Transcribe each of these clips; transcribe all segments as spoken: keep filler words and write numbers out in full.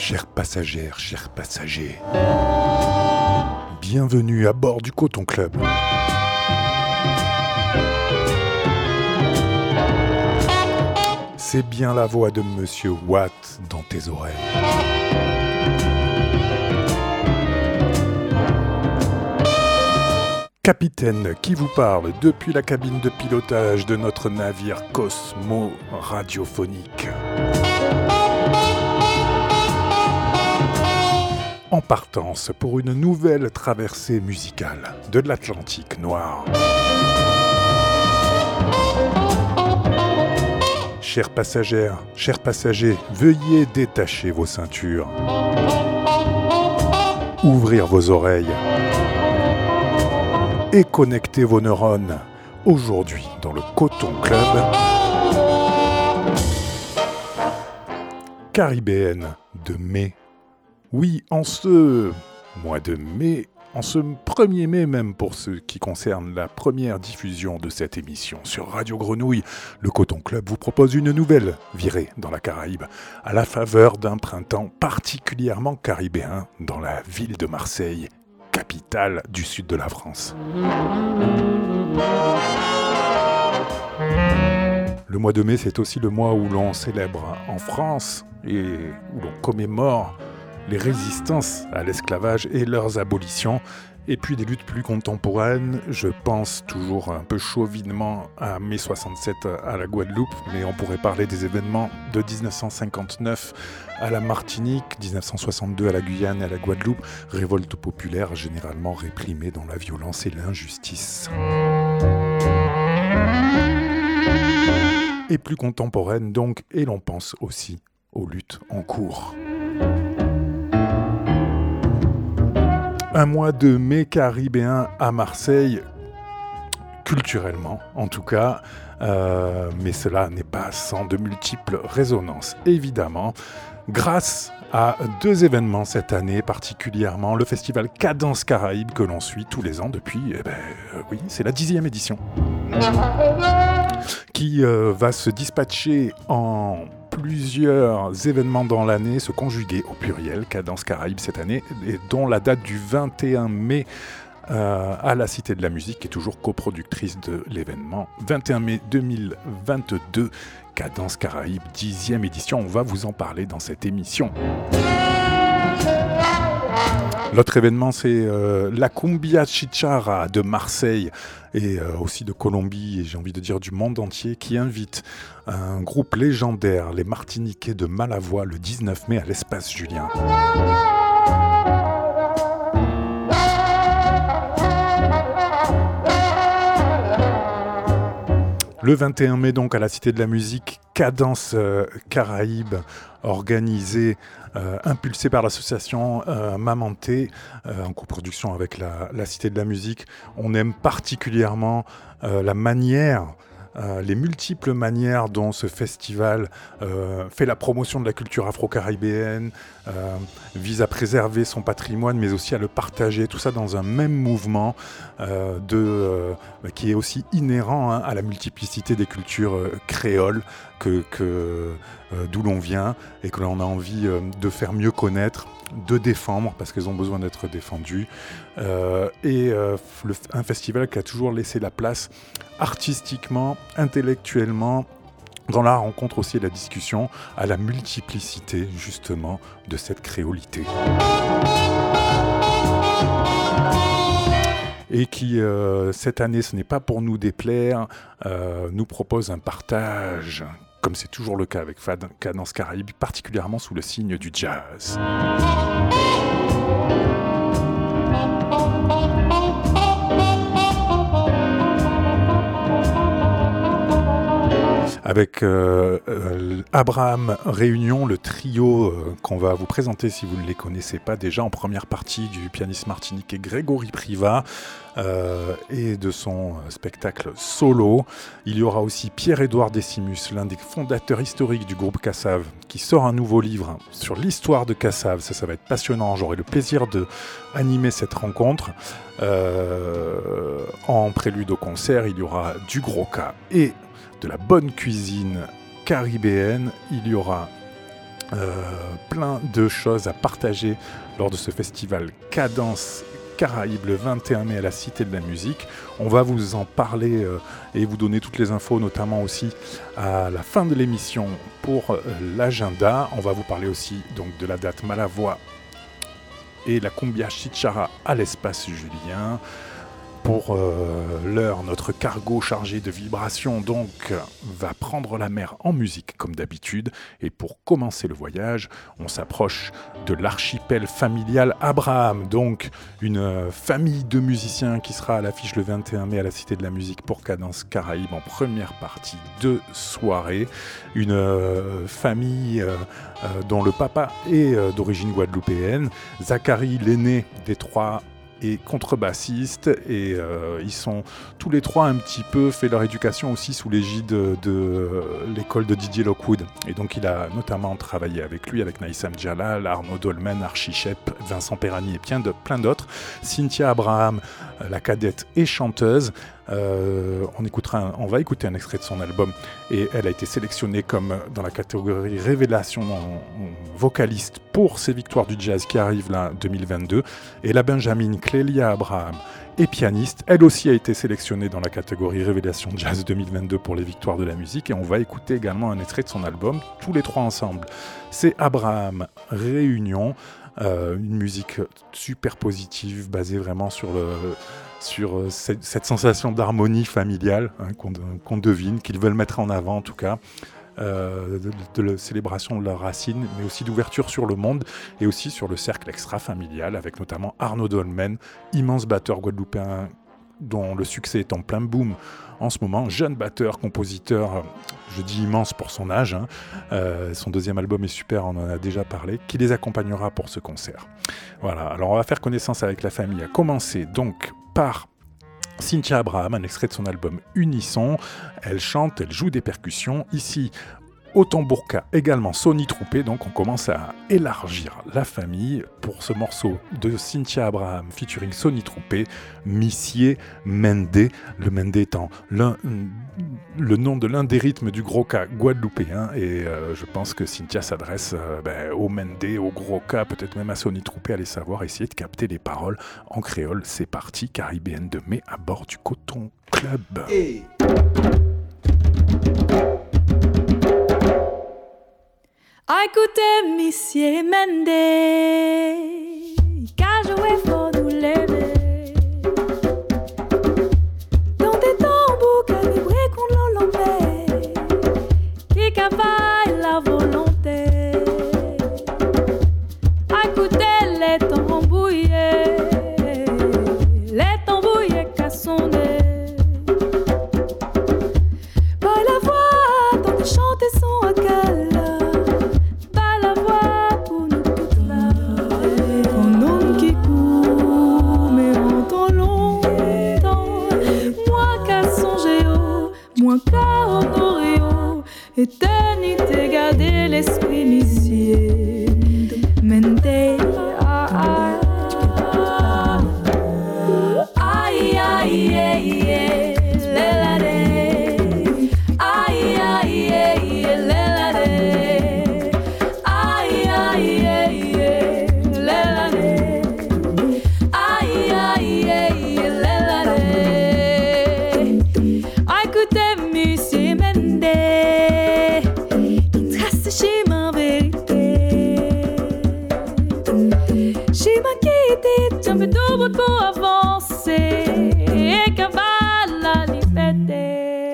Chères passagères, chers passagers, bienvenue à bord du Coton Club. C'est bien la voix de Monsieur Watt dans tes oreilles. Capitaine qui vous parle depuis la cabine de pilotage de notre navire Cosmo radiophonique. En partance pour une nouvelle traversée musicale de l'Atlantique noir. Chères passagères, chers passagers, veuillez détacher vos ceintures. Ouvrir vos oreilles. Et connecter vos neurones. Aujourd'hui, dans le Coton Club, caribéenne de mai. Oui, en ce mois de mai, en ce premier mai même pour ce qui concerne la première diffusion de cette émission sur Radio Grenouille, le Coton Club vous propose une nouvelle virée dans la Caraïbe, à la faveur d'un printemps particulièrement caribéen dans la ville de Marseille, capitale du sud de la France. Le mois de mai, c'est aussi le mois où l'on célèbre en France et où l'on commémore les résistances à l'esclavage et leurs abolitions, et puis des luttes plus contemporaines. Je pense toujours un peu chauvinement à mai soixante-sept à la Guadeloupe, mais on pourrait parler des événements de dix-neuf cent cinquante-neuf à la Martinique, dix-neuf cent soixante-deux à la Guyane et à la Guadeloupe, révolte populaire généralement réprimée dans la violence et l'injustice. Et plus contemporaine donc, et l'on pense aussi aux luttes en cours. Un mois de mai caribéen à Marseille, culturellement en tout cas, euh, mais cela n'est pas sans de multiples résonances. Évidemment, grâce à deux événements cette année particulièrement, le festival Cadence Caraïbe que l'on suit tous les ans depuis, eh ben, euh, oui, c'est la dixième édition, qui euh, va se dispatcher en plusieurs événements dans l'année, se conjuguer au pluriel, Cadence Caraïbe cette année, et dont la date du vingt et un mai euh, à la Cité de la Musique, qui est toujours coproductrice de l'événement. vingt et un mai deux mille vingt-deux, Cadence Caraïbe, dixième édition, on va vous en parler dans cette émission. L'autre événement, c'est euh, la Cumbia Chichara de Marseille et euh, aussi de Colombie, et j'ai envie de dire du monde entier, qui invite un groupe légendaire, les Martiniquais de Malavoie, le dix-neuf mai à l'Espace Julien. Le vingt et un mai, donc, à la Cité de la Musique, Cadence euh, Caraïbe, organisée, euh, impulsée par l'association euh, Mamanté, euh, en coproduction avec la, la Cité de la Musique. On aime particulièrement euh, la manière, euh, les multiples manières dont ce festival euh, fait la promotion de la culture afro-caribéenne, euh, vise à préserver son patrimoine, mais aussi à le partager, tout ça dans un même mouvement euh, de, euh, qui est aussi inhérent hein, à la multiplicité des cultures euh, créoles, que, que, euh, d'où l'on vient et que l'on a envie euh, de faire mieux connaître, de défendre parce qu'elles ont besoin d'être défendues. Euh, et euh, le, un festival qui a toujours laissé la place artistiquement, intellectuellement, dans la rencontre aussi et la discussion, à la multiplicité justement de cette créolité. Et qui, euh, cette année, ce n'est pas pour nous déplaire, euh, nous propose un partage, comme c'est toujours le cas avec Cadence Caraïbe, particulièrement sous le signe du jazz. Avec euh, euh, Abraham Réunion, le trio euh, qu'on va vous présenter si vous ne les connaissez pas déjà, en première partie du pianiste martiniquais Grégory Privat euh, et de son spectacle solo. Il y aura aussi Pierre-Édouard Décimus, l'un des fondateurs historiques du groupe Kassav, qui sort un nouveau livre sur l'histoire de Kassav. Ça, ça va être passionnant. J'aurai le plaisir d'animer cette rencontre. Euh, en prélude au concert, il y aura du gros cas et de la bonne cuisine caribéenne. Il y aura euh, plein de choses à partager lors de ce festival Cadence Caraïbes le vingt et un mai à la Cité de la Musique. On va vous en parler euh, et vous donner toutes les infos, notamment aussi à la fin de l'émission pour euh, l'agenda. On va vous parler aussi donc de la date Malavoie et la Cumbia Chichara à l'espace Julien. Pour euh, l'heure, notre cargo chargé de vibrations donc va prendre la mer en musique comme d'habitude. Et pour commencer le voyage, on s'approche de l'archipel familial Abraham, donc une euh, famille de musiciens qui sera à l'affiche le vingt et un mai à la Cité de la Musique pour Cadence Caraïbes en première partie de soirée. Une euh, famille euh, euh, dont le papa est euh, d'origine guadeloupéenne. Zachary, l'aîné des trois, et contrebassiste, et euh, ils sont tous les trois un petit peu fait leur éducation aussi sous l'égide de, de euh, l'école de Didier Lockwood, et donc il a notamment travaillé avec lui, avec Naïsam Djalal, Arnaud Dolmen, Archie Shep, Vincent Perrani et plein, de, plein d'autres. Cynthia Abraham, la cadette et chanteuse. Euh, on, écoutera un, on va écouter un extrait de son album, et elle a été sélectionnée comme dans la catégorie révélation en, en vocaliste pour ses victoires du jazz qui arrivent là deux mille vingt-deux. Et la Benjamin Clélia Abraham est pianiste, elle aussi a été sélectionnée dans la catégorie révélation jazz deux mille vingt-deux pour les victoires de la musique, et on va écouter également un extrait de son album, tous les trois ensemble. C'est Abraham Réunion, euh, une musique super positive basée vraiment sur le sur euh, cette, cette sensation d'harmonie familiale hein, qu'on, qu'on devine, qu'ils veulent mettre en avant en tout cas, euh, de, de la célébration de leurs racines, mais aussi d'ouverture sur le monde et aussi sur le cercle extra-familial, avec notamment Arnaud Dolmen, immense batteur guadeloupéen dont le succès est en plein boom en ce moment, jeune batteur, compositeur, je dis immense pour son âge, hein. euh, son deuxième album est super, on en a déjà parlé, qui les accompagnera pour ce concert. Voilà, alors on va faire connaissance avec la famille, à commencer donc par Cynthia Abraham, un extrait de son album Unisson. Elle chante, elle joue des percussions. Ici, au tambourka, également Sony Troupé, donc on commence à élargir la famille pour ce morceau de Cynthia Abraham featuring Sony Troupé, Missier Mende, le Mende étant l'un, le nom de l'un des rythmes du Gros-Ka guadeloupéen, et euh, je pense que Cynthia s'adresse euh, ben, au Mende, au Gros-Ka, peut-être même à Sony Troupé, allez savoir, essayer de capter les paroles en créole. C'est parti, Caribéenne de mai à bord du Coton Club. Hey. Écoutez, Monsieur Mende, qu'a joué faut nous lever. Dans des tambours qu'a vibré qu'on l'enlevait, qui cavaille la volonté. Écoutez les tambouillés, les tambouillés qu'a sonné. Par la voix dont ils chantent son accal. Éternité, garder l'esprit missier. Mende, ah ah. Aïe, aïe, aïe, aïe, lélade. Aïe, aïe, aïe, lélade. Aïe, aïe, aïe, lélade. Aïe, aïe, aïe, lélade. Écoutez, monsieur Mende. Chemin vérité, chemin qui était j'en fais tout route pour avancer et cavale la liberté.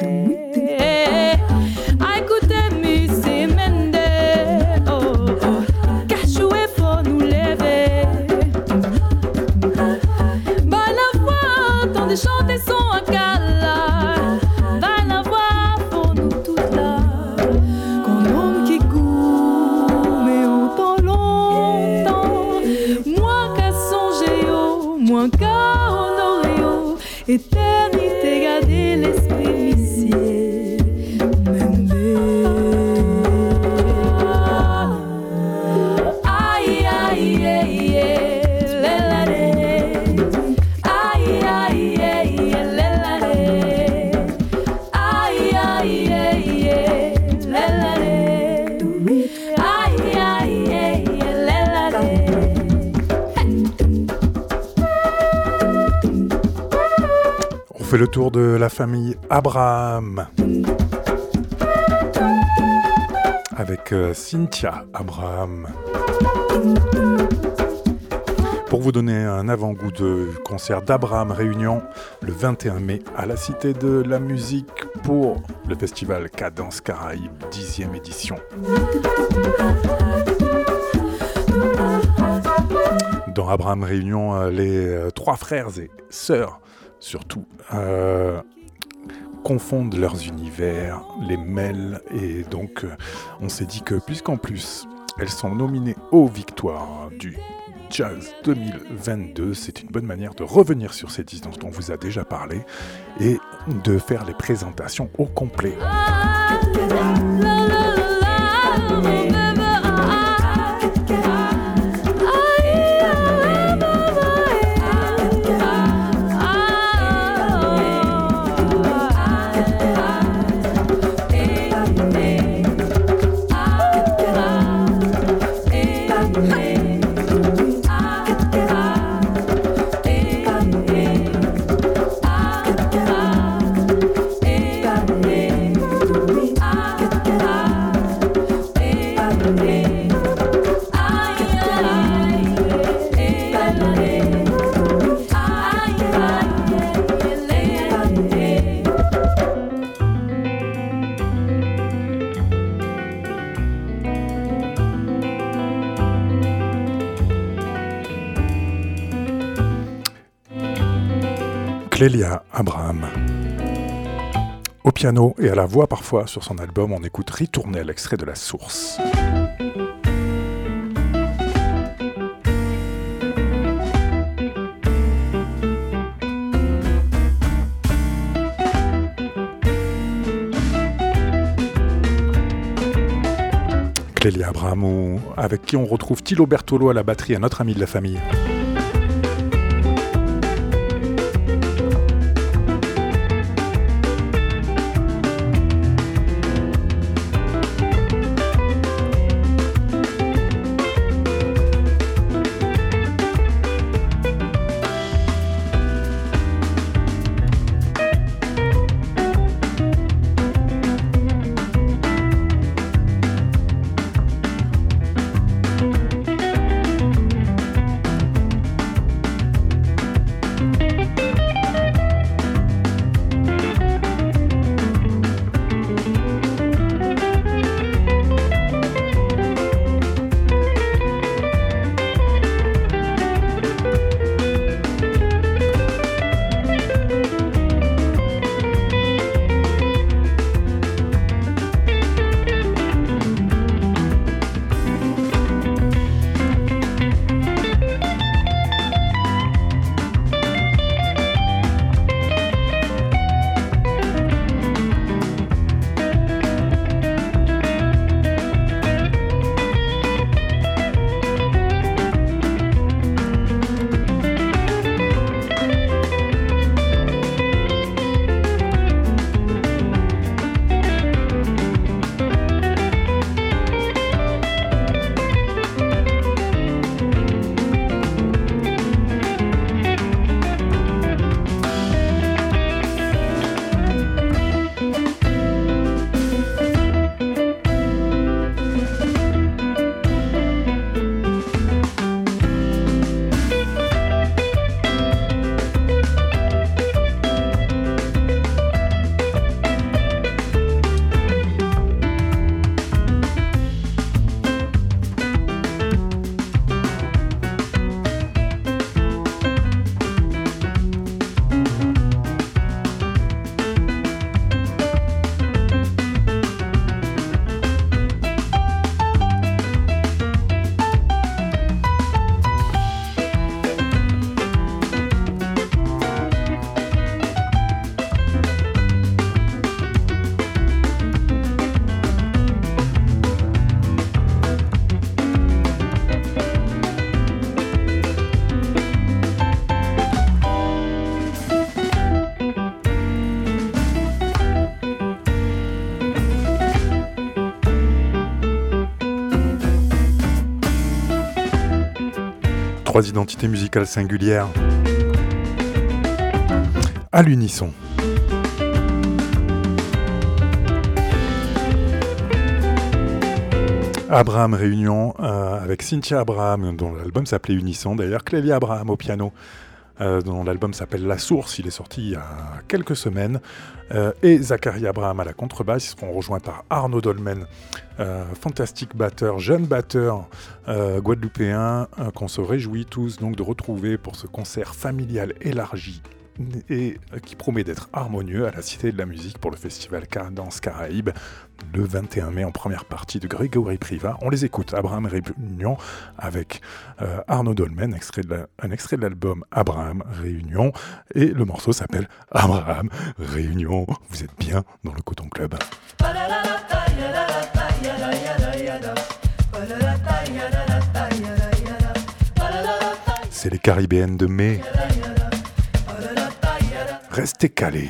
Écoutez, Monsieur Mende, oh, oh, qu'a joué faut nous lever. Bah la voix, tant de chanter son acala. Bah la voix, faut nous toutes là. Éternité, garder l'esprit missier. Mende. Aïe, aïe, aïe, lélade. Aïe, aïe, aïe, lélade. Aïe, aïe, aïe, lélade. Aïe, fait le tour de la famille Abraham avec euh, Cynthia Abraham. Pour vous donner un avant-goût de concert d'Abraham Réunion le vingt et un mai à la Cité de la Musique pour le festival Cadence Caraïbes dixième édition. Dans Abraham Réunion, les euh, trois frères et sœurs surtout euh, confondent leurs univers, les mêlent, et donc euh, on s'est dit que puisqu'en plus elles sont nominées aux victoires du Jazz deux mille vingt-deux, c'est une bonne manière de revenir sur ces disques dont on vous a déjà parlé et de faire les présentations au complet. Clélia Abraham. Au piano et à la voix parfois sur son album, on écoute Ritournelle, extrait de La Source. Clélia Abraham, avec qui on retrouve Thilo Bertolo à la batterie, un autre ami de la famille. Trois identités musicales singulières à l'unisson. Abraham Réunion euh, avec Cynthia Abraham, dont l'album s'appelait Unisson, d'ailleurs Clélie Abraham au piano, euh, dont l'album s'appelle La Source, il est sorti il y a quelques semaines, euh, et Zachary Abraham à la contrebasse. Ils seront rejoints par Arnaud Dolmen, euh, fantastique batteur, jeune batteur euh, guadeloupéen, euh, qu'on se réjouit tous donc de retrouver pour ce concert familial élargi et qui promet d'être harmonieux à la Cité de la Musique pour le festival Cadence Caraïbes le vingt et un mai en première partie de Grégory Privat. On les écoute, Abraham Réunion avec euh, Arnaud Dolmen, extrait de la, un extrait de l'album Abraham Réunion, et le morceau s'appelle Abraham Réunion. Vous êtes bien dans le Coton Club. C'est les Caribéennes de mai. Restez calés.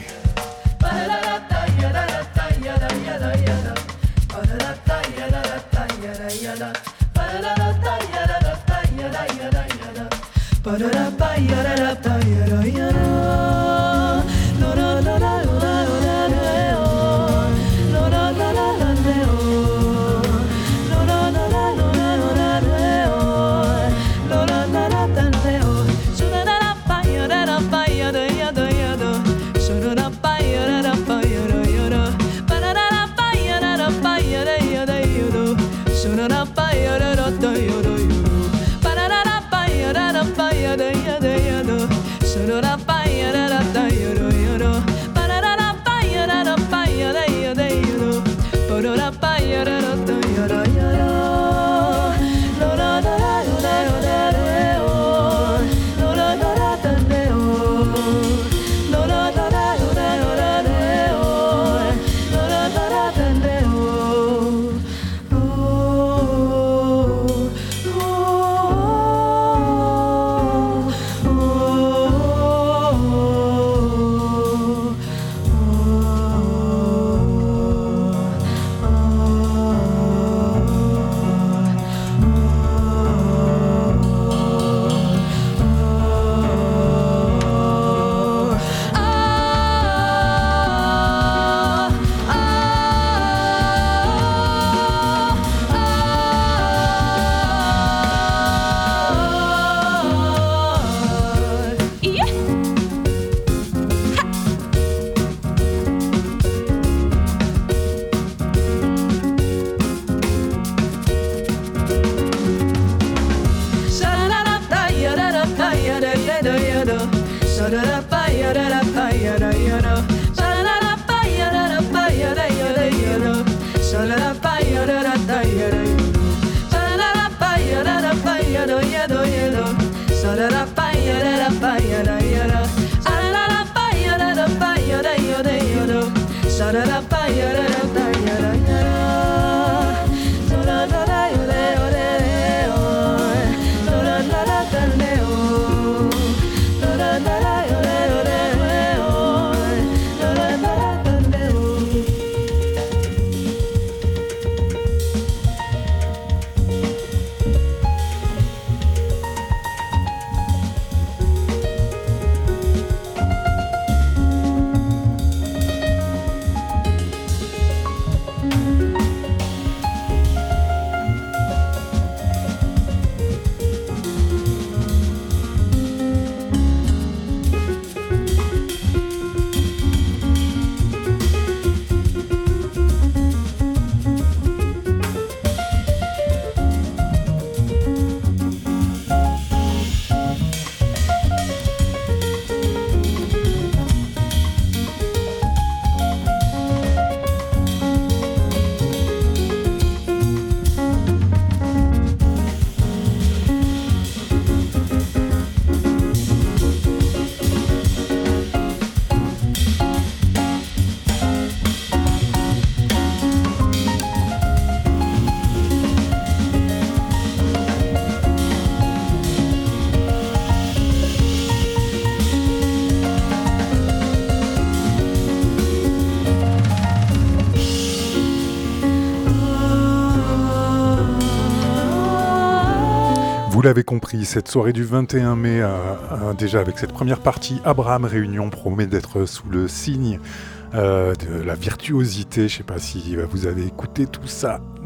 Vous l'avez compris, cette soirée du vingt et un mai, euh, euh, déjà avec cette première partie, Abraham Réunion promet d'être sous le signe euh, de la virtuosité. Je ne sais pas si vous avez écouté tout ça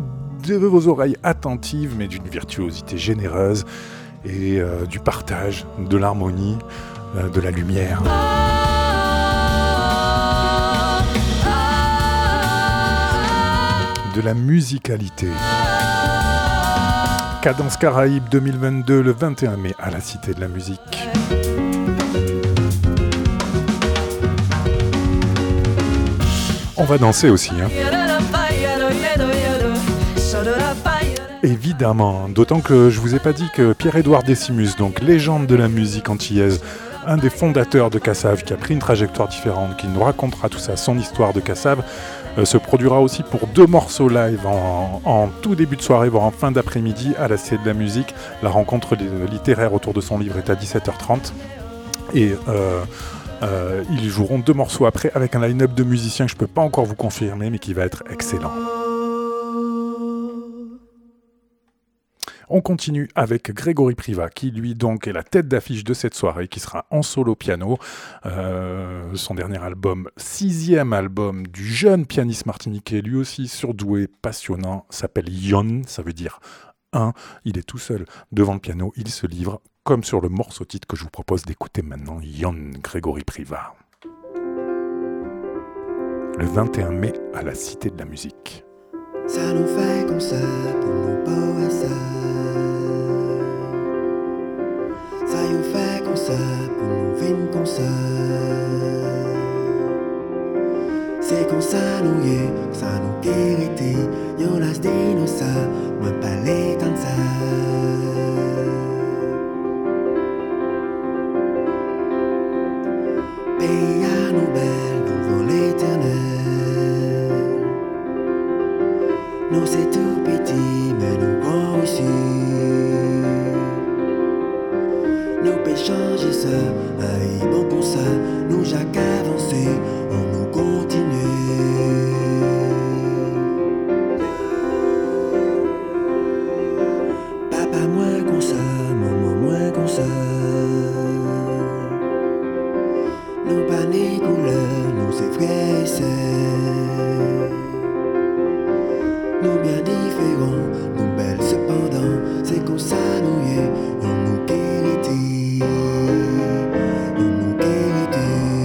de vos oreilles attentives, mais d'une virtuosité généreuse et euh, du partage, de l'harmonie, euh, de la lumière. De la musicalité. Cadence Caraïbe deux mille vingt-deux, le vingt et un mai, à la Cité de la Musique. On va danser aussi, hein. Évidemment, d'autant que je vous ai pas dit que Pierre-Édouard Décimus, donc légende de la musique antillaise, un des fondateurs de Cassave, qui a pris une trajectoire différente, qui nous racontera tout ça, son histoire de Cassave, euh, se produira aussi pour deux morceaux live en, en tout début de soirée, voire en fin d'après-midi, à la Cité de la Musique. La rencontre littéraire autour de son livre est à dix-sept heures trente. Et euh, euh, ils joueront deux morceaux après avec un line-up de musiciens que je peux pas encore vous confirmer, mais qui va être excellent. On continue avec Grégory Privat, qui lui donc est la tête d'affiche de cette soirée, qui sera en solo piano. Euh, son dernier album, sixième album du jeune pianiste martiniquais, lui aussi surdoué, passionnant, s'appelle Yon, ça veut dire un. Il est tout seul devant le piano, il se livre, comme sur le morceau titre que je vous propose d'écouter maintenant, Yon, Grégory Privat. Le vingt et un mai à la Cité de la Musique. Ça nous fait comme ça pour nous pas ça. Ça nous fait comme ça pour nous vivre comme ça. C'est comme ça nous y est, ça nous guérité. Y'en a des nous ça, moi pas les temps ça. Pays à nous belles, nous voulons l'éternel. Nous c'est tout petit, mais nous grands aussi. Nous peut changer ça, aïe bon pour ça. Nous jacques avancer, on nous continue. Papa moins comme ça, maman moins comme ça. Nous pas les couleurs, nous c'est frères et sœurs. Nous bien différents, nous belles cependant. C'est comme ça nous y est, on nous guérité, on nous guérité.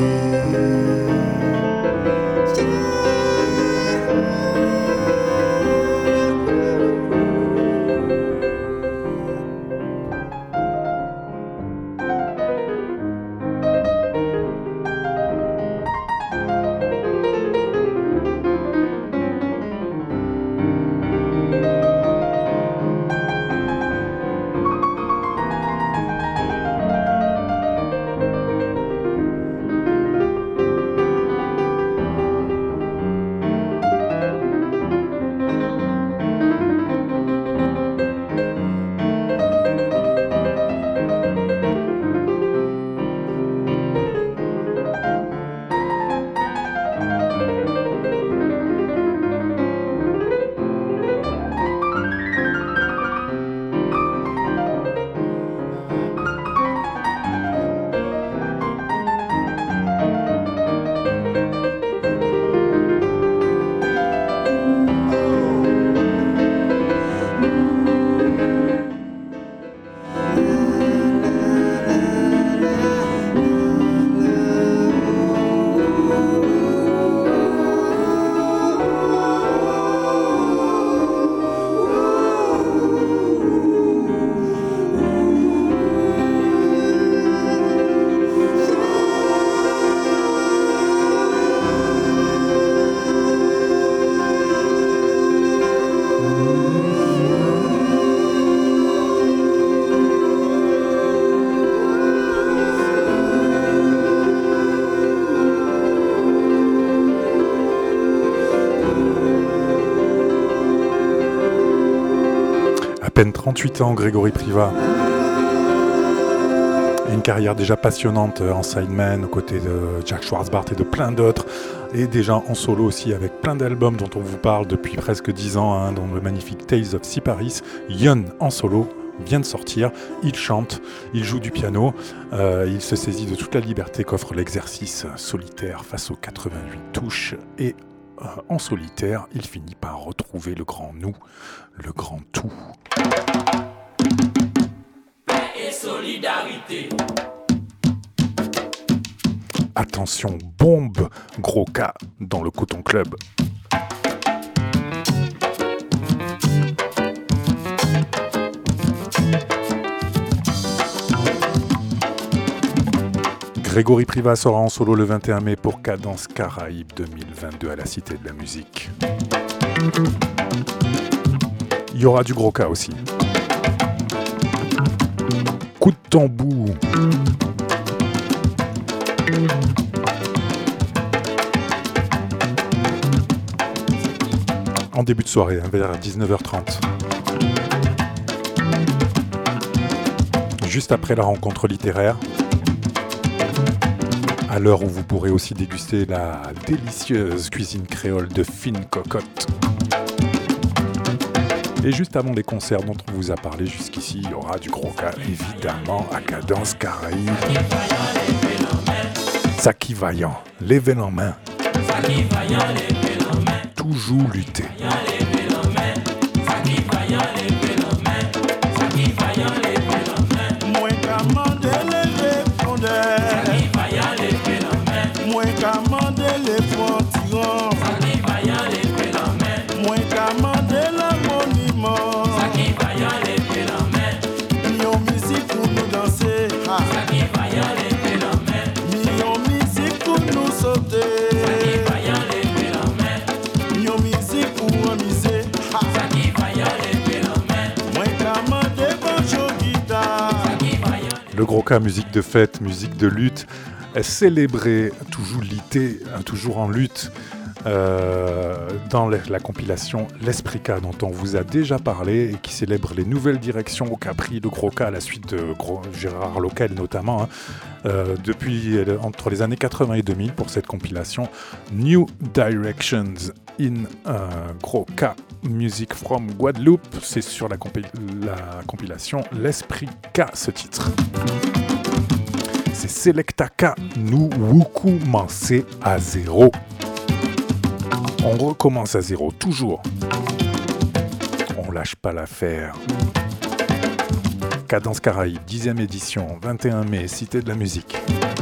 trente-huit ans, Grégory Privat. Et une carrière déjà passionnante en sideman aux côtés de Jack Schwartzbart et de plein d'autres. Et déjà en solo aussi avec plein d'albums dont on vous parle depuis presque dix ans, hein, dont le magnifique Tales of Siparis. Yon en solo vient de sortir, il chante, il joue du piano, euh, il se saisit de toute la liberté qu'offre l'exercice solitaire face aux quatre-vingt-huit touches et euh, en solitaire, il finit par retrouver le grand nous, le grand tout. Et solidarité. Attention, bombe, gros cas dans le Coton Club. Grégory Privat sera en solo le vingt et un mai pour Cadence Caraïbes deux mille vingt-deux à la Cité de la Musique. Il y aura du gros cas aussi. Coup de tambour. En début de soirée, vers dix-neuf heures trente. Juste après la rencontre littéraire. À l'heure où vous pourrez aussi déguster la délicieuse cuisine créole de Fine Cocotte. Et juste avant les concerts dont on vous a parlé jusqu'ici, il y aura du gros cas, évidemment, à Cadence Caraïbes. Saki Vaillant, levez en main. Toujours lutter. Le gros cas, musique de fête, musique de lutte, est célébré, toujours lité, toujours en lutte, euh, dans la, la compilation L'Esprit K, dont on vous a déjà parlé, et qui célèbre les nouvelles directions qu'a pris le gros cas à la suite de gros, Gérard Loquel notamment, hein, euh, depuis euh, entre les années quatre-vingts et deux mille pour cette compilation New Directions in euh, gros cas Music from Guadeloupe. C'est sur la, compi- la compilation L'Esprit K, ce titre. C'est Selecta K, nous wuku mancé à zéro. On recommence à zéro, toujours. On lâche pas l'affaire. Cadence Caraïbes, dixième édition, vingt et un mai, Cité de la Musique.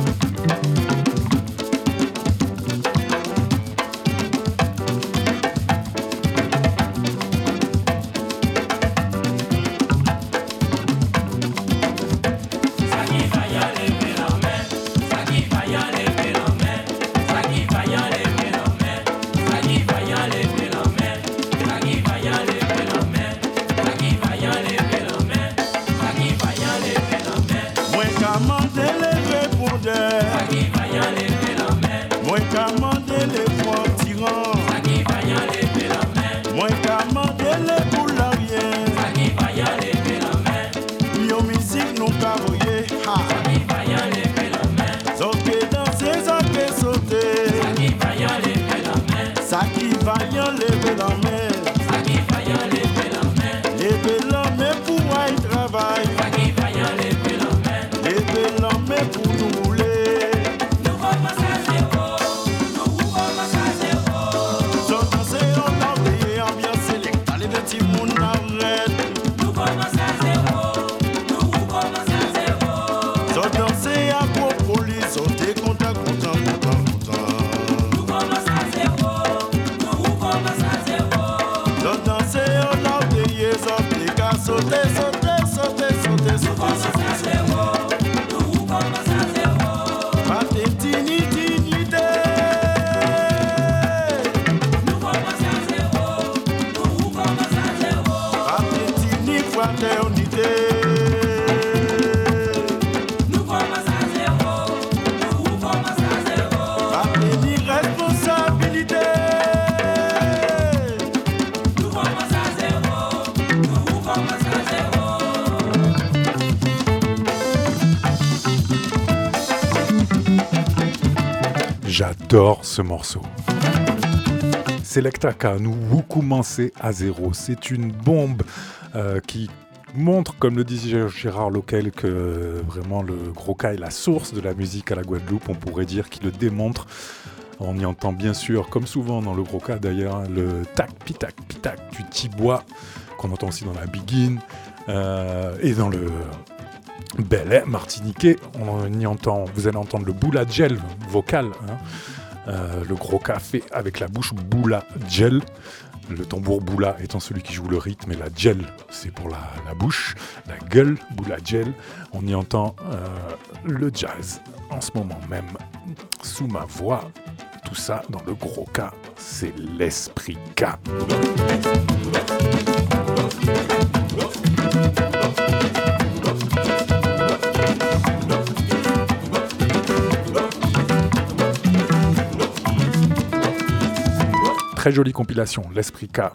J'adore ce morceau. Selecta K, nous wuku mancé à zéro. C'est une bombe euh, qui montre, comme le disait Gérard Loquel, que euh, vraiment le gros cas est la source de la musique à la Guadeloupe. On pourrait dire qu'il le démontre On y entend bien sûr, comme souvent dans le gros cas d'ailleurs, le tac, pitac, pitac du tibois, qu'on entend aussi dans la Begin, euh, et dans le Belay martiniquais, on y entend, vous allez entendre le boula gel vocal, hein, euh, le gros café avec la bouche boula gel. Le tambour boula étant celui qui joue le rythme et la gel, c'est pour la, la bouche, la gueule, boula gel. On y entend euh, le jazz en ce moment même, sous ma voix. Tout ça dans le gros cas, c'est l'esprit K. Très jolie compilation, l'esprit K.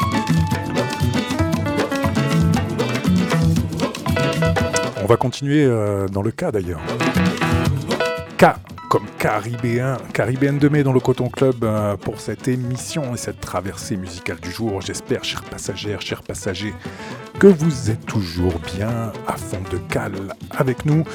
On va continuer euh, dans le K d'ailleurs. K comme Caribéen, Caribéenne de mai dans le Coton Club euh, pour cette émission et cette traversée musicale du jour. J'espère, chers passagères, chers passagers, que vous êtes toujours bien à fond de cale avec nous.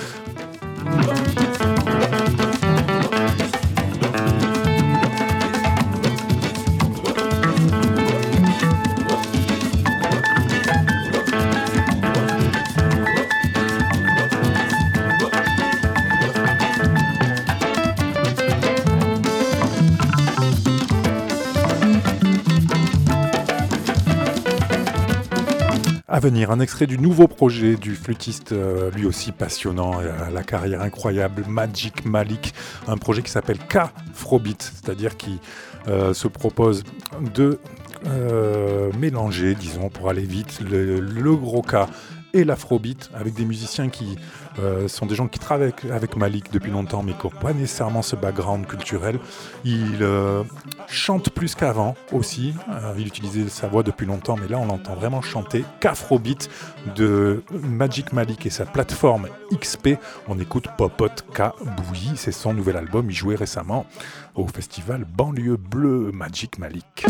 À venir, un extrait du nouveau projet du flûtiste, euh, lui aussi passionnant, euh, la carrière incroyable, Magic Malik, un projet qui s'appelle K-Afrobeat, c'est-à-dire qui euh, se propose de euh, mélanger, disons, pour aller vite, le, le gros K et l'afrobeat avec des musiciens qui euh, sont des gens qui travaillent avec, avec Malik depuis longtemps mais qui n'ont pas nécessairement ce background culturel. Il euh, chante plus qu'avant aussi, euh, il utilisait sa voix depuis longtemps mais là on l'entend vraiment chanter. K-Afrobeat de Magic Malik et sa plateforme X P. On écoute Popote K Bouilly, c'est son nouvel album, il jouait récemment au festival Banlieue Bleue. Magic Malik.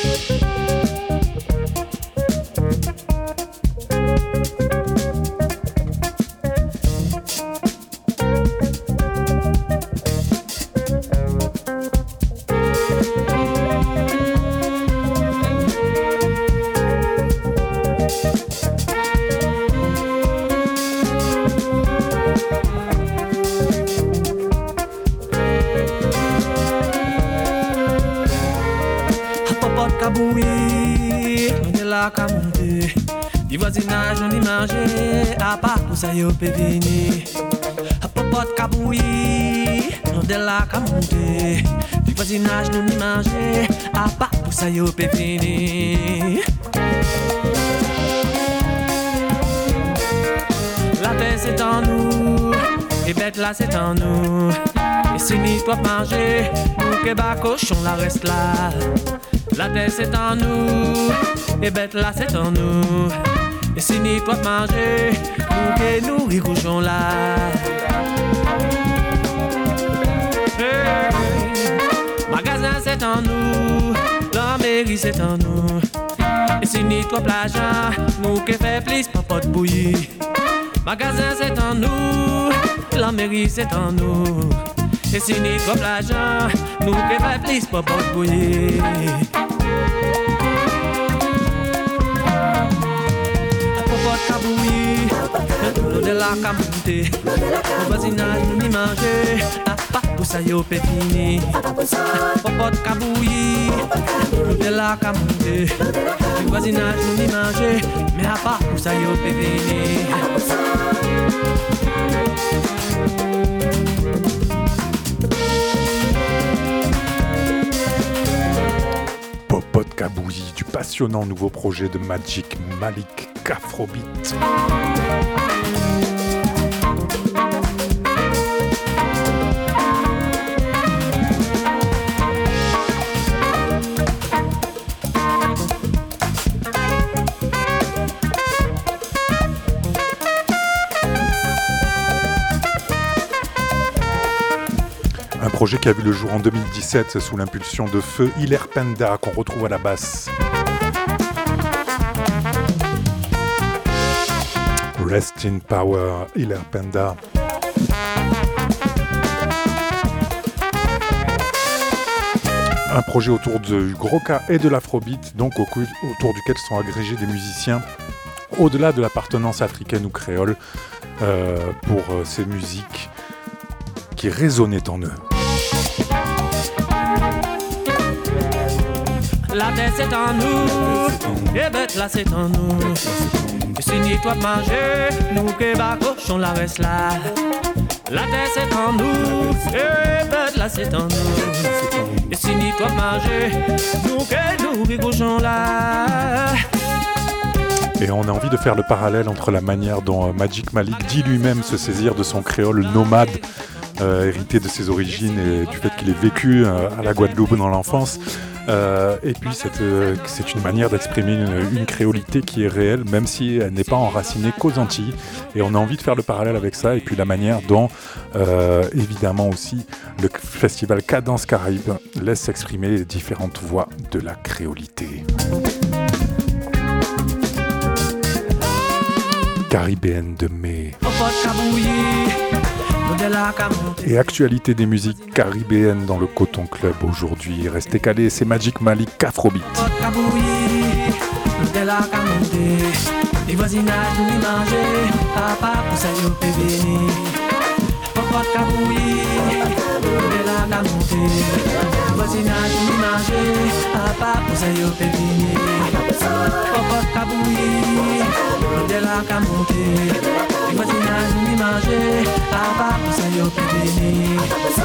Du voisinage on y mangeait, à part pour ça yo peut venir. A popote kabouyi, on de la monter. Du voisinage on y mangeait, à part pour ça yo peut venir. La terre c'est en nous, et bête là c'est en nous. Et si ni toi manger, nous que bas cochon la reste là. La terre c'est en nous, et bête là c'est en nous. Et si ni quoi manger, nous que nous y couchons là. Hey, magasin c'est en nous, la mairie c'est en nous. Et si ni quoi plage, nous que fait plus popote bouillie. Magasin c'est en nous, la mairie c'est en nous. Et si ni quoi plage, nous que fait plus popote bouillie. Kabouyi, l'eau de la camonte, au voisinage nous y manger, à part pour ça yo pétini. Popote kabouyi, l'eau de la camonte, au voisinage nous y manger, mais à part pour ça yo pétini. Popote Kabouyi, du passionnant nouveau projet de Magic Malik, Afrobeat. Un projet qui a vu le jour en deux mille dix-sept sous l'impulsion de Feu Hilaire Penda qu'on retrouve à la basse. Rest in Power, Hilaire Penda. Un projet autour du Groka et de l'Afrobeat, donc au cou- autour duquel sont agrégés des musiciens au-delà de l'appartenance africaine ou créole euh, pour euh, ces musiques qui résonnaient en eux. La terre c'est en nous, et bête là c'est en nous. Et si ni toi manger, nous que bas cochon la reste là. La terre c'est en nous, et bête là c'est en nous. Et si ni toi manger, nous que nous que cochon là. Et on a envie de faire le parallèle entre la manière dont Magic Malik dit lui-même se saisir de son créole nomade, euh, hérité de ses origines et du fait qu'il ait vécu euh, à la Guadeloupe dans l'enfance. Euh, et puis c'est, euh, c'est une manière d'exprimer une, une créolité qui est réelle, même si elle n'est pas enracinée qu'aux Antilles. Et on a envie de faire le parallèle avec ça, et puis la manière dont, euh, évidemment aussi, le festival Cadence Caraïbe laisse s'exprimer les différentes voix de la créolité caribéenne de mai. Et actualité des musiques caribéennes dans le Coton Club aujourd'hui. Restez calés, c'est Magic Malik Afrobeat. Les voisinages nous manger, papa pour ça yo peut venir. Popote kabouyi, de la la montée. Les voisinages nous manger, papa pour ça yo peut venir. Popote kabouyi, de la la montée. Les voisinages nous manger, papa pour ça yo peut venir.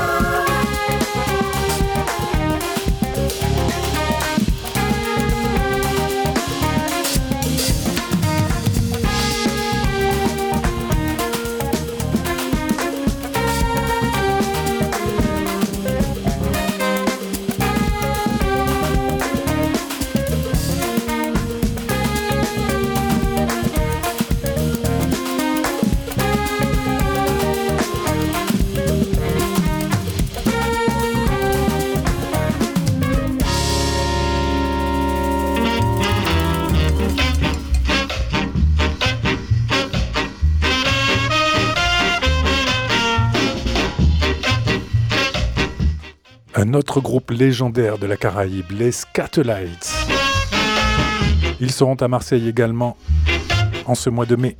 Un autre groupe légendaire de la Caraïbe, les Skatalites. Ils seront à Marseille également en ce mois de mai.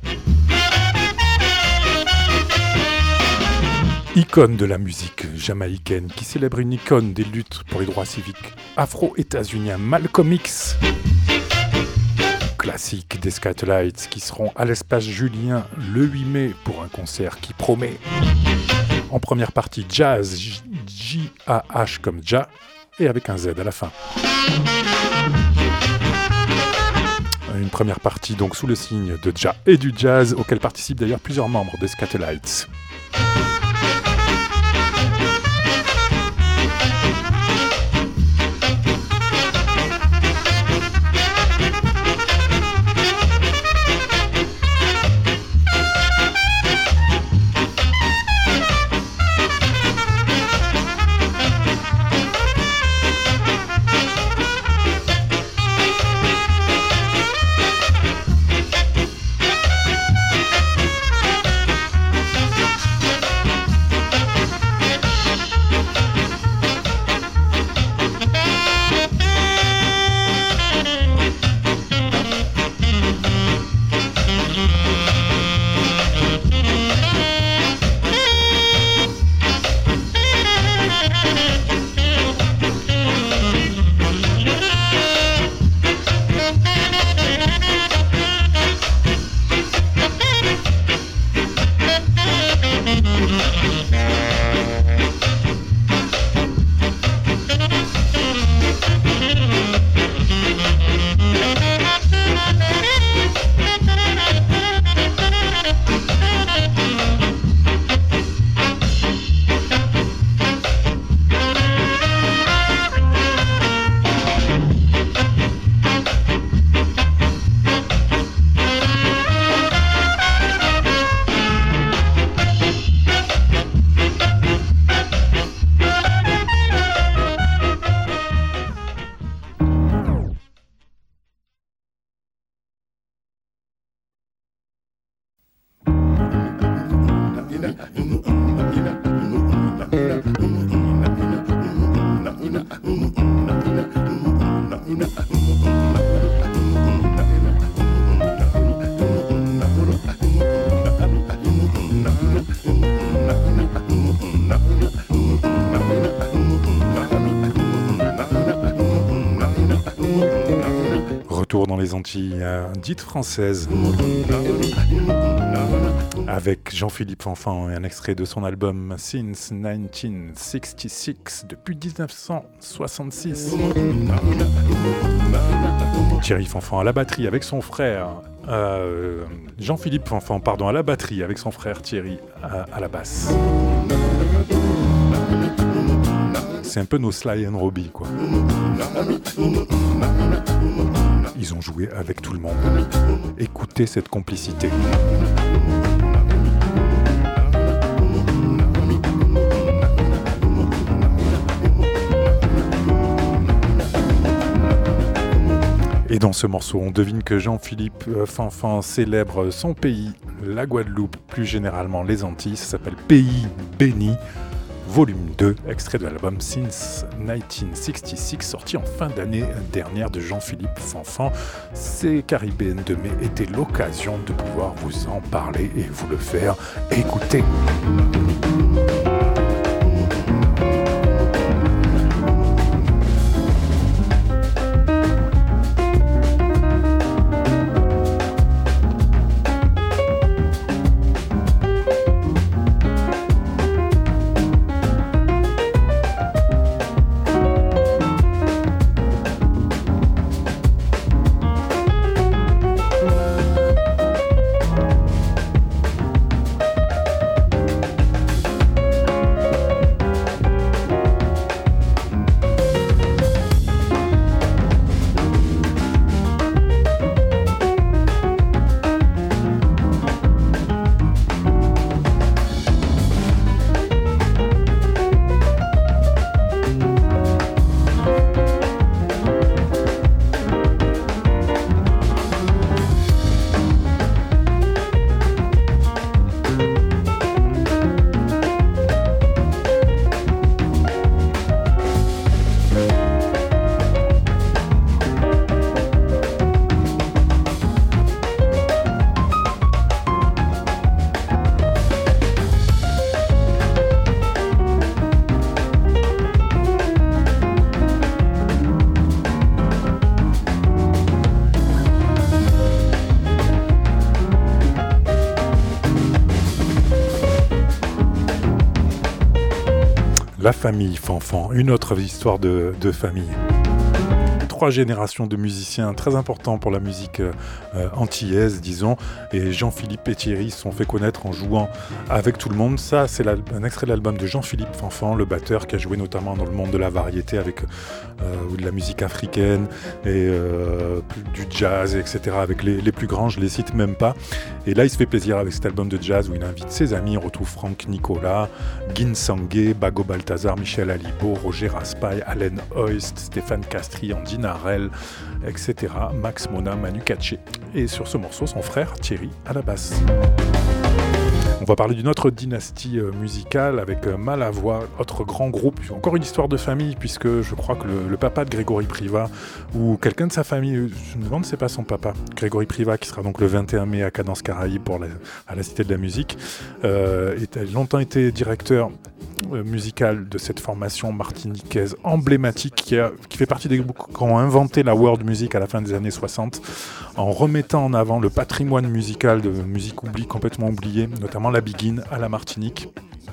Icône de la musique jamaïcaine qui célèbre une icône des luttes pour les droits civiques afro-états-uniens, Malcolm X. Classique des Skatalites qui seront à l'espace Julien le huit mai pour un concert qui promet. En première partie, jazz, J A H comme Ja, et avec un Z à la fin. Une première partie donc sous le signe de Ja et du jazz, auquel participent d'ailleurs plusieurs membres des Skatalites. retour dans les Antilles euh, dites françaises avec Jean-Philippe Fanfan et un extrait de son album Since dix-neuf soixante-six, depuis dix-neuf cent soixante-six. Thierry Fanfan à la batterie avec son frère euh, Jean-Philippe Fanfan pardon, à la batterie avec son frère Thierry à, à la basse. C'est un peu nos Sly and Robbie, quoi. Ils ont joué avec tout le monde. Écoutez cette complicité. Et dans ce morceau, on devine que Jean-Philippe Fanfan célèbre son pays, la Guadeloupe, plus généralement les Antilles. Ça s'appelle Pays béni. Volume deux, extrait de l'album Since dix-neuf soixante-six, sorti en fin d'année dernière de Jean-Philippe Fanfan. Ces Caribéennes de mai étaient l'occasion de pouvoir vous en parler et vous le faire écouter. La famille Fanfan, une autre histoire de, de famille. Trois générations de musiciens très importants pour la musique euh, antillaise, disons, et Jean-Philippe et Thierry se sont fait connaître en jouant avec tout le monde. Ça, c'est un extrait de l'album de Jean-Philippe Fanfan, le batteur qui a joué notamment dans le monde de la variété avec euh, de la musique africaine et euh, du jazz, et cetera. Avec les, les plus grands, je les cite même pas. Et là, il se fait plaisir avec cet album de jazz où il invite ses amis. On retrouve Franck Nicolas, Guin Sangué, Bago Balthazar, Michel Alibo, Roger Raspail, Allen Hoist, Stéphane Castry, Andine Arel, et cetera. Max Mona, Manu Katché. Et sur ce morceau, son frère Thierry à la basse. On va parler d'une autre dynastie euh, musicale avec euh, Malavoie, autre grand groupe. Encore une histoire de famille, puisque je crois que le, le papa de Grégory Privat, ou quelqu'un de sa famille, je me demande si c'est pas son papa, Grégory Privat, qui sera donc le vingt et un mai à Cadence Caraïbes pour la, à la Cité de la Musique, euh, a longtemps été directeur euh, musical de cette formation martiniquaise emblématique qui, a, qui fait partie des groupes qui ont inventé la world music à la fin des années soixante, en remettant en avant le patrimoine musical de musique oublie, complètement oubliée, notamment la biguine à la Martinique.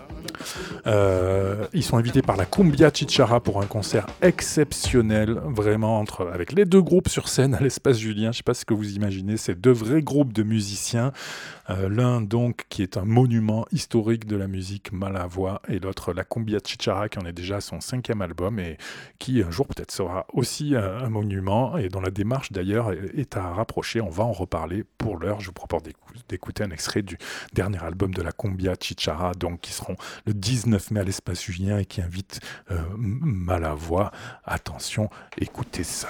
Euh, ils sont invités par la Cumbia Chichara pour un concert exceptionnel, vraiment entre, avec les deux groupes sur scène à l'Espace Julien. Je ne sais pas ce que vous imaginez, c'est deux vrais groupes de musiciens. Euh, l'un donc qui est un monument historique de la musique Malavoie et l'autre la Cumbia Chichara qui en est déjà à son cinquième album et qui un jour peut-être sera aussi un, un monument et dont la démarche d'ailleurs est à rapprocher. On va en reparler. Pour l'heure, je vous propose d'écouter un extrait du dernier album de la Cumbia Chichara, donc qui seront le dix-neuf mai à l'Espace Julien et qui invite euh, Malavoie. Attention, écoutez ça.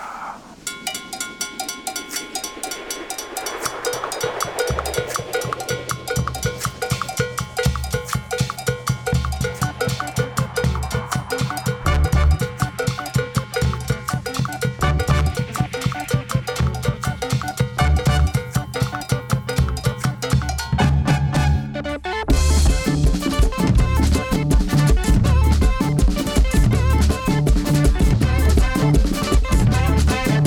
Thank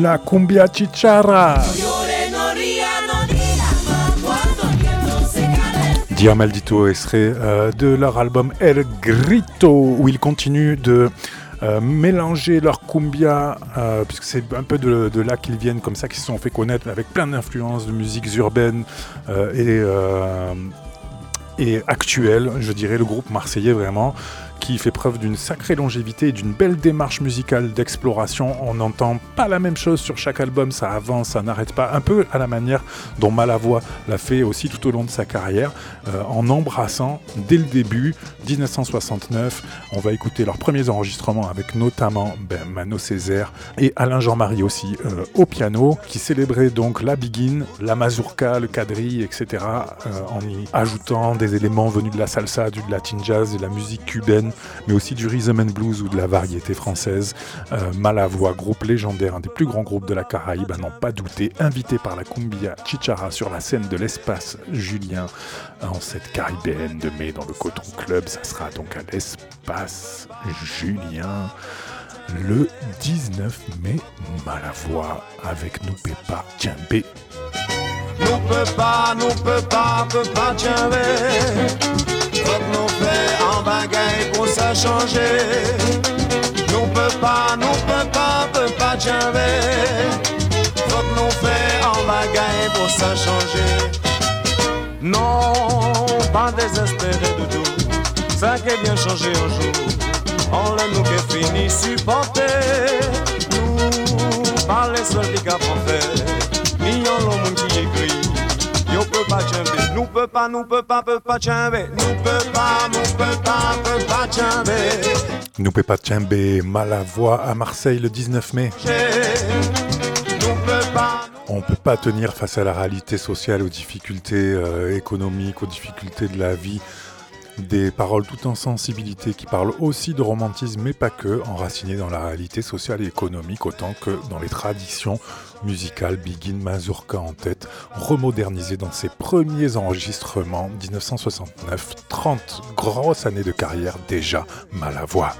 la cumbia chichara. Dia Maldito extrait euh, de leur album El Grito, où ils continuent de euh, mélanger leur cumbia, euh, puisque c'est un peu de, de là qu'ils viennent, comme ça qu'ils se sont fait connaître, avec plein d'influences de musiques urbaines euh, et, euh, et actuelles, je dirais, le groupe marseillais vraiment, qui fait preuve d'une sacrée longévité et d'une belle démarche musicale d'exploration. On n'entend pas la même chose sur chaque album, ça avance, ça n'arrête pas, un peu à la manière dont Malavoie l'a fait aussi tout au long de sa carrière, euh, en embrassant dès le début, dix-neuf cent soixante-neuf, on va écouter leurs premiers enregistrements avec notamment ben, Mano Césaire et Alain Jean-Marie aussi euh, au piano, qui célébraient donc la biguine, la mazurka, le quadrille, et cetera, euh, en y ajoutant des éléments venus de la salsa, du latin jazz, de la musique cubaine, mais aussi du rhythm and blues ou de la variété française. Euh, Malavoie, groupe légendaire, un des plus grands groupes de la Caraïbe, à n'en pas douter, invité par la cumbia chichara sur la scène de l'espace Julien en cette caribéenne de mai dans le Coton Club. Ça sera donc à l'espace Julien le dix-neuf mai. Malavoie avec Nous Pépa Djembé. Nous peut pas, nous peut pas, peut pas Djembé. Faut que nous fait en bagaille pour ça changer. Nous peut pas, nous peut pas, peut pas Djembé. Faut que nous fait en bagaille pour ça changer. Non, pas désespéré de tout. Ça qui est bien changé un jour. On l'a nous qui fini supporter. Nous, pas les seuls qui capent en faire. Ni en l'homme qui écrit. Yo peut pas Djembé, nous peut pas, nous peut pas, peut pas Djembé, nous peut pas, nous peut pas, peut pas Djembé. Nous peut pas Djembé, Malavoie à Marseille le dix-neuf mai. On ne peut pas tenir face à la réalité sociale, aux difficultés euh, économiques, aux difficultés de la vie. Des paroles tout en sensibilité qui parlent aussi de romantisme, mais pas que, enracinées dans la réalité sociale et économique, autant que dans les traditions musicales, Biguine, Mazurka en tête, remodernisées dans ses premiers enregistrements, dix-neuf cent soixante-neuf, trente grosses années de carrière déjà, Malavoie.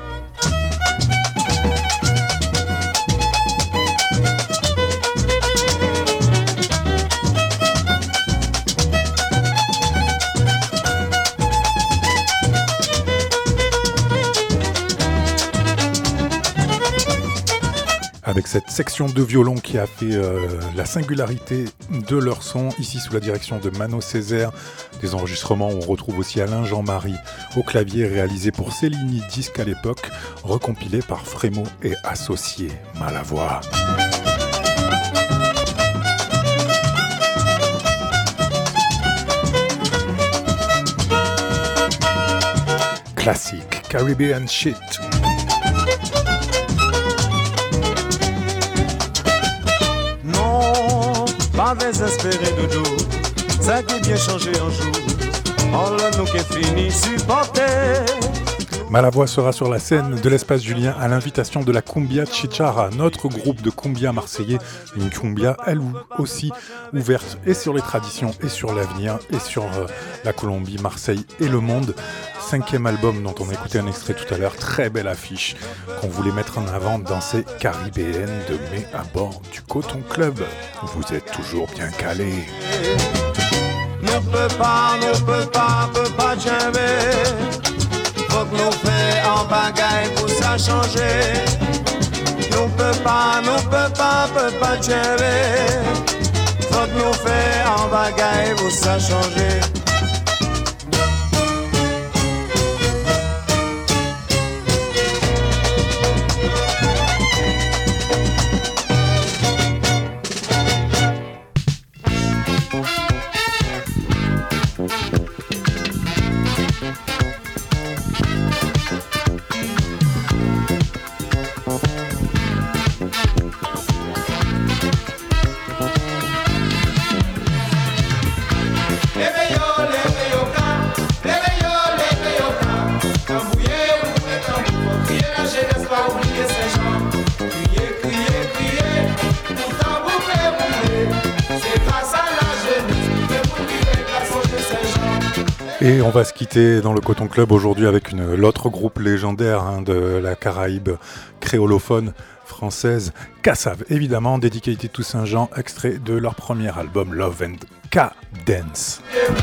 Avec cette section de violon qui a fait euh, la singularité de leur son, ici sous la direction de Mano Césaire, des enregistrements où on retrouve aussi Alain Jean-Marie au clavier, réalisé pour Cellini Disque à l'époque, recompilé par Frémo et associé. Malavoie. Classique, Caribbean shit. Pas désespéré de doute, ça qui est bien changé un jour. On l'a nous qui fini supporter. Malavoie sera sur la scène de l'espace Julien à l'invitation de la cumbia chichara, notre groupe de cumbia marseillais, une cumbia elle aussi ouverte et sur les traditions et sur l'avenir et sur euh, la Colombie, Marseille et le monde. Cinquième album dont on a écouté un extrait tout à l'heure, très belle affiche qu'on voulait mettre en avant dans ces caribéennes de mai à bord du Coton Club. Vous êtes toujours bien calés. Nous peut pas, nous peut pas, peut pas Djembé. Faut que nous fait en bagaille pour ça changer. Nous peut pas, nous peut pas, peut pas Djembé. Faut que nous fait en bagaille pour ça changer. Et on va se quitter dans le Coton Club aujourd'hui avec une, l'autre groupe légendaire hein, de la Caraïbe créolophone française Kassav, évidemment, Dedicated to Saint-Jean, extrait de leur premier album Love and Cadence.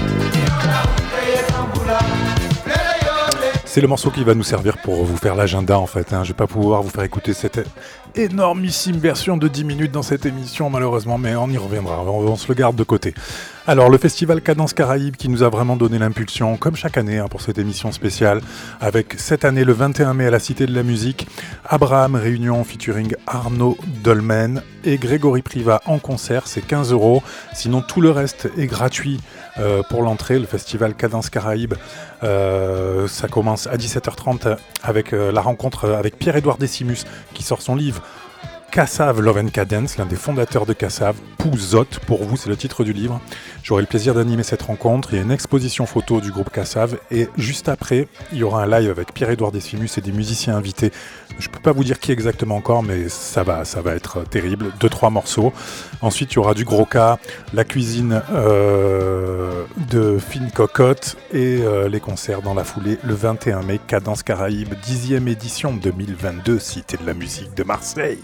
C'est le morceau qui va nous servir pour vous faire l'agenda en fait, hein. Je vais pas pouvoir vous faire écouter cette énormissime version de dix minutes dans cette émission malheureusement, mais on y reviendra, on, on se le garde de côté. Alors le festival Cadence Caraïbes qui nous a vraiment donné l'impulsion, comme chaque année hein, pour cette émission spéciale, avec cette année le vingt et un mai à la Cité de la Musique, Abraham Réunion featuring Arnaud Dolmen et Grégory Privat en concert, c'est quinze euros, sinon tout le reste est gratuit euh, pour l'entrée. Le festival Cadence Caraïbes, euh, ça commence à dix-sept heures trente avec euh, la rencontre avec Pierre-Édouard Décimus qui sort son livre Kassav Love and Cadence, l'un des fondateurs de Kassav, Pouzotte pour vous, c'est le titre du livre. J'aurai le plaisir d'animer cette rencontre, il y a une exposition photo du groupe Kassav et juste après, il y aura un live avec Pierre-Édouard Décimus et des musiciens invités. Je ne peux pas vous dire qui exactement encore, mais ça va, ça va être terrible, deux trois morceaux. Ensuite, il y aura du gros cas, la cuisine euh, de Fine Cocotte et euh, les concerts dans la foulée le vingt et un mai, Cadence Caraïbes, dixième édition deux mille vingt-deux, Cité de la Musique de Marseille.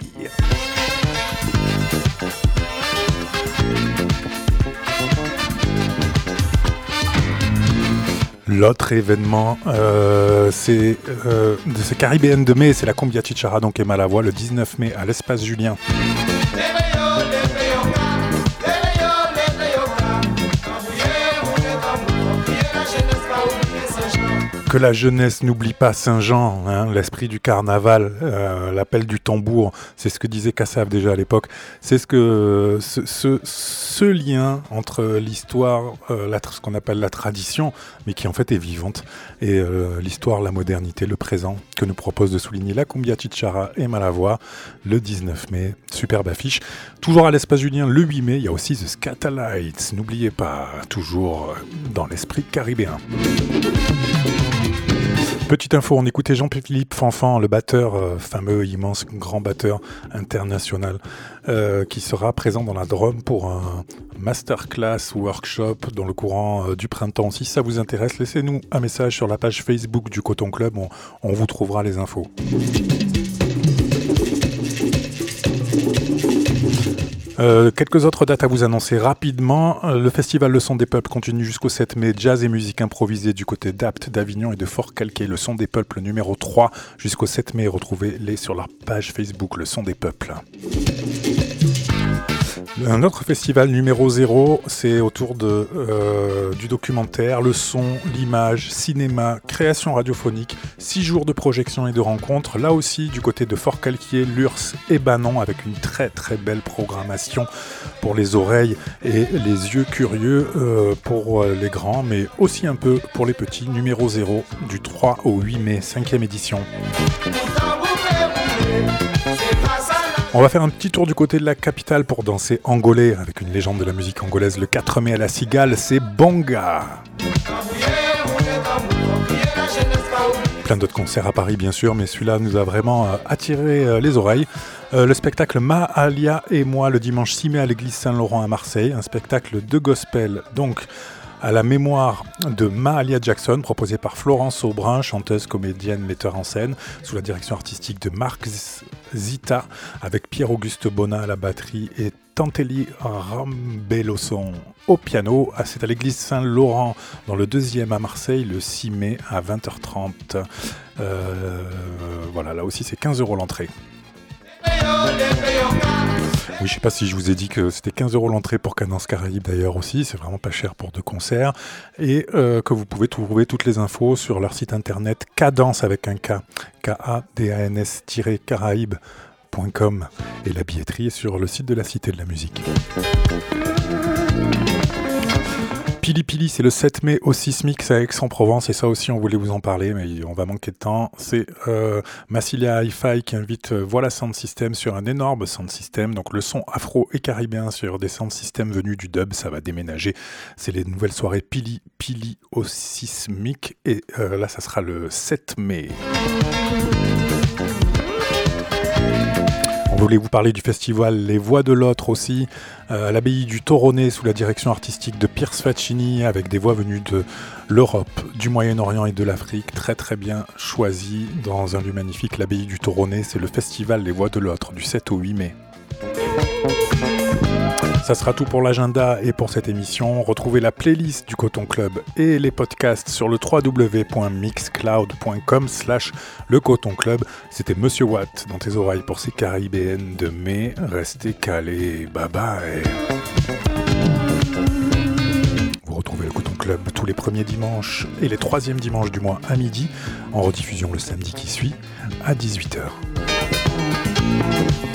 L'autre événement, euh, c'est euh, de ces caribéennes de mai, c'est la Cumbia Chichara, donc Emma Lavoie, le dix-neuf mai à l'Espace Julien. Que la jeunesse n'oublie pas Saint-Jean, hein, l'esprit du carnaval, euh, l'appel du tambour, c'est ce que disait Kassav déjà à l'époque. C'est ce que ce, ce, ce lien entre l'histoire, euh, la, ce qu'on appelle la tradition, mais qui en fait est vivante, et euh, l'histoire, la modernité, le présent, que nous propose de souligner la Cumbia Chichara et Malavoie le dix-neuf mai. Superbe affiche. Toujours à l'Espace Julien le huit mai, il y a aussi The Scatalites. N'oubliez pas, toujours dans l'esprit caribéen. Petite info, on écoutait Jean-Philippe Fanfan, le batteur, euh, fameux, immense, grand batteur international, euh, qui sera présent dans la Drôme pour un masterclass workshop dans le courant euh, du printemps. Si ça vous intéresse, laissez-nous un message sur la page Facebook du Coton Club, on, on vous trouvera les infos. Euh, quelques autres dates à vous annoncer rapidement. Le festival Le Son des Peuples continue jusqu'au sept mai. Jazz et musique improvisée du côté d'Apt, d'Avignon et de Fort-Calquier. Le Son des Peuples numéro trois jusqu'au sept mai. Retrouvez-les sur leur page Facebook Le Son des Peuples. Un autre festival numéro zéro, c'est autour de, euh, du documentaire, le son, l'image, cinéma, création radiophonique, six jours de projection et de rencontres, là aussi du côté de Fort-Calquier, Lurs et Banon, avec une très très belle programmation pour les oreilles et les yeux curieux, euh, pour les grands, mais aussi un peu pour les petits. Numéro zéro, du trois au huit mai, cinquième édition. On va faire un petit tour du côté de la capitale pour danser angolais avec une légende de la musique angolaise. Le quatre mai à la Cigale, c'est Bonga. Plein d'autres concerts à Paris bien sûr, mais celui-là nous a vraiment euh, attiré euh, les oreilles. Euh, le spectacle Ma Alia et moi le dimanche six mai à l'église Saint-Laurent à Marseille. Un spectacle de gospel, donc à la mémoire de Mahalia Jackson, proposé par Florence Aubrin, chanteuse, comédienne, metteur en scène, sous la direction artistique de Marc Zita, avec Pierre-Auguste Bona à la batterie et Tantelli Rambelosson au piano. C'est à l'église Saint-Laurent, dans le deuxième à Marseille, le six mai à vingt heures trente. Euh, voilà, là aussi c'est quinze euros l'entrée. Oui, je sais pas si je vous ai dit que c'était quinze euros l'entrée pour Cadence Caraïbes d'ailleurs aussi, c'est vraiment pas cher pour deux concerts, et euh, que vous pouvez trouver toutes les infos sur leur site internet Cadence avec un K, K-A-D-A-N-S-Caraïbes point com, et la billetterie est sur le site de la Cité de la Musique. Pili Pili, c'est le sept mai au Sismix à Aix-en-Provence, et ça aussi on voulait vous en parler, mais on va manquer de temps. C'est euh, Massilia Hi-Fi qui invite euh, Voilà Sound System sur un énorme sound system, donc le son afro et caribéen sur des sound systems venus du dub, ça va déménager. C'est les nouvelles soirées Pili Pili au Sismic, et euh, là ça sera le sept mai. On voulais vous parler du festival Les Voix de l'Autre aussi, euh, à l'abbaye du Toronnet sous la direction artistique de Pierce Faccini, avec des voix venues de l'Europe, du Moyen-Orient et de l'Afrique, très très bien choisies dans un lieu magnifique, l'abbaye du Toronnet. C'est le festival Les Voix de l'Autre du sept au huit mai. Ça sera tout pour l'agenda et pour cette émission. Retrouvez la playlist du Coton Club et les podcasts sur le w w w point mixcloud point com slash le Coton Club. C'était Monsieur Watt dans tes oreilles pour ces caribéennes de mai. Restez calés. Bye bye. Vous retrouvez le Coton Club tous les premiers dimanches et les troisièmes dimanches du mois à midi, en rediffusion le samedi qui suit à dix-huit heures.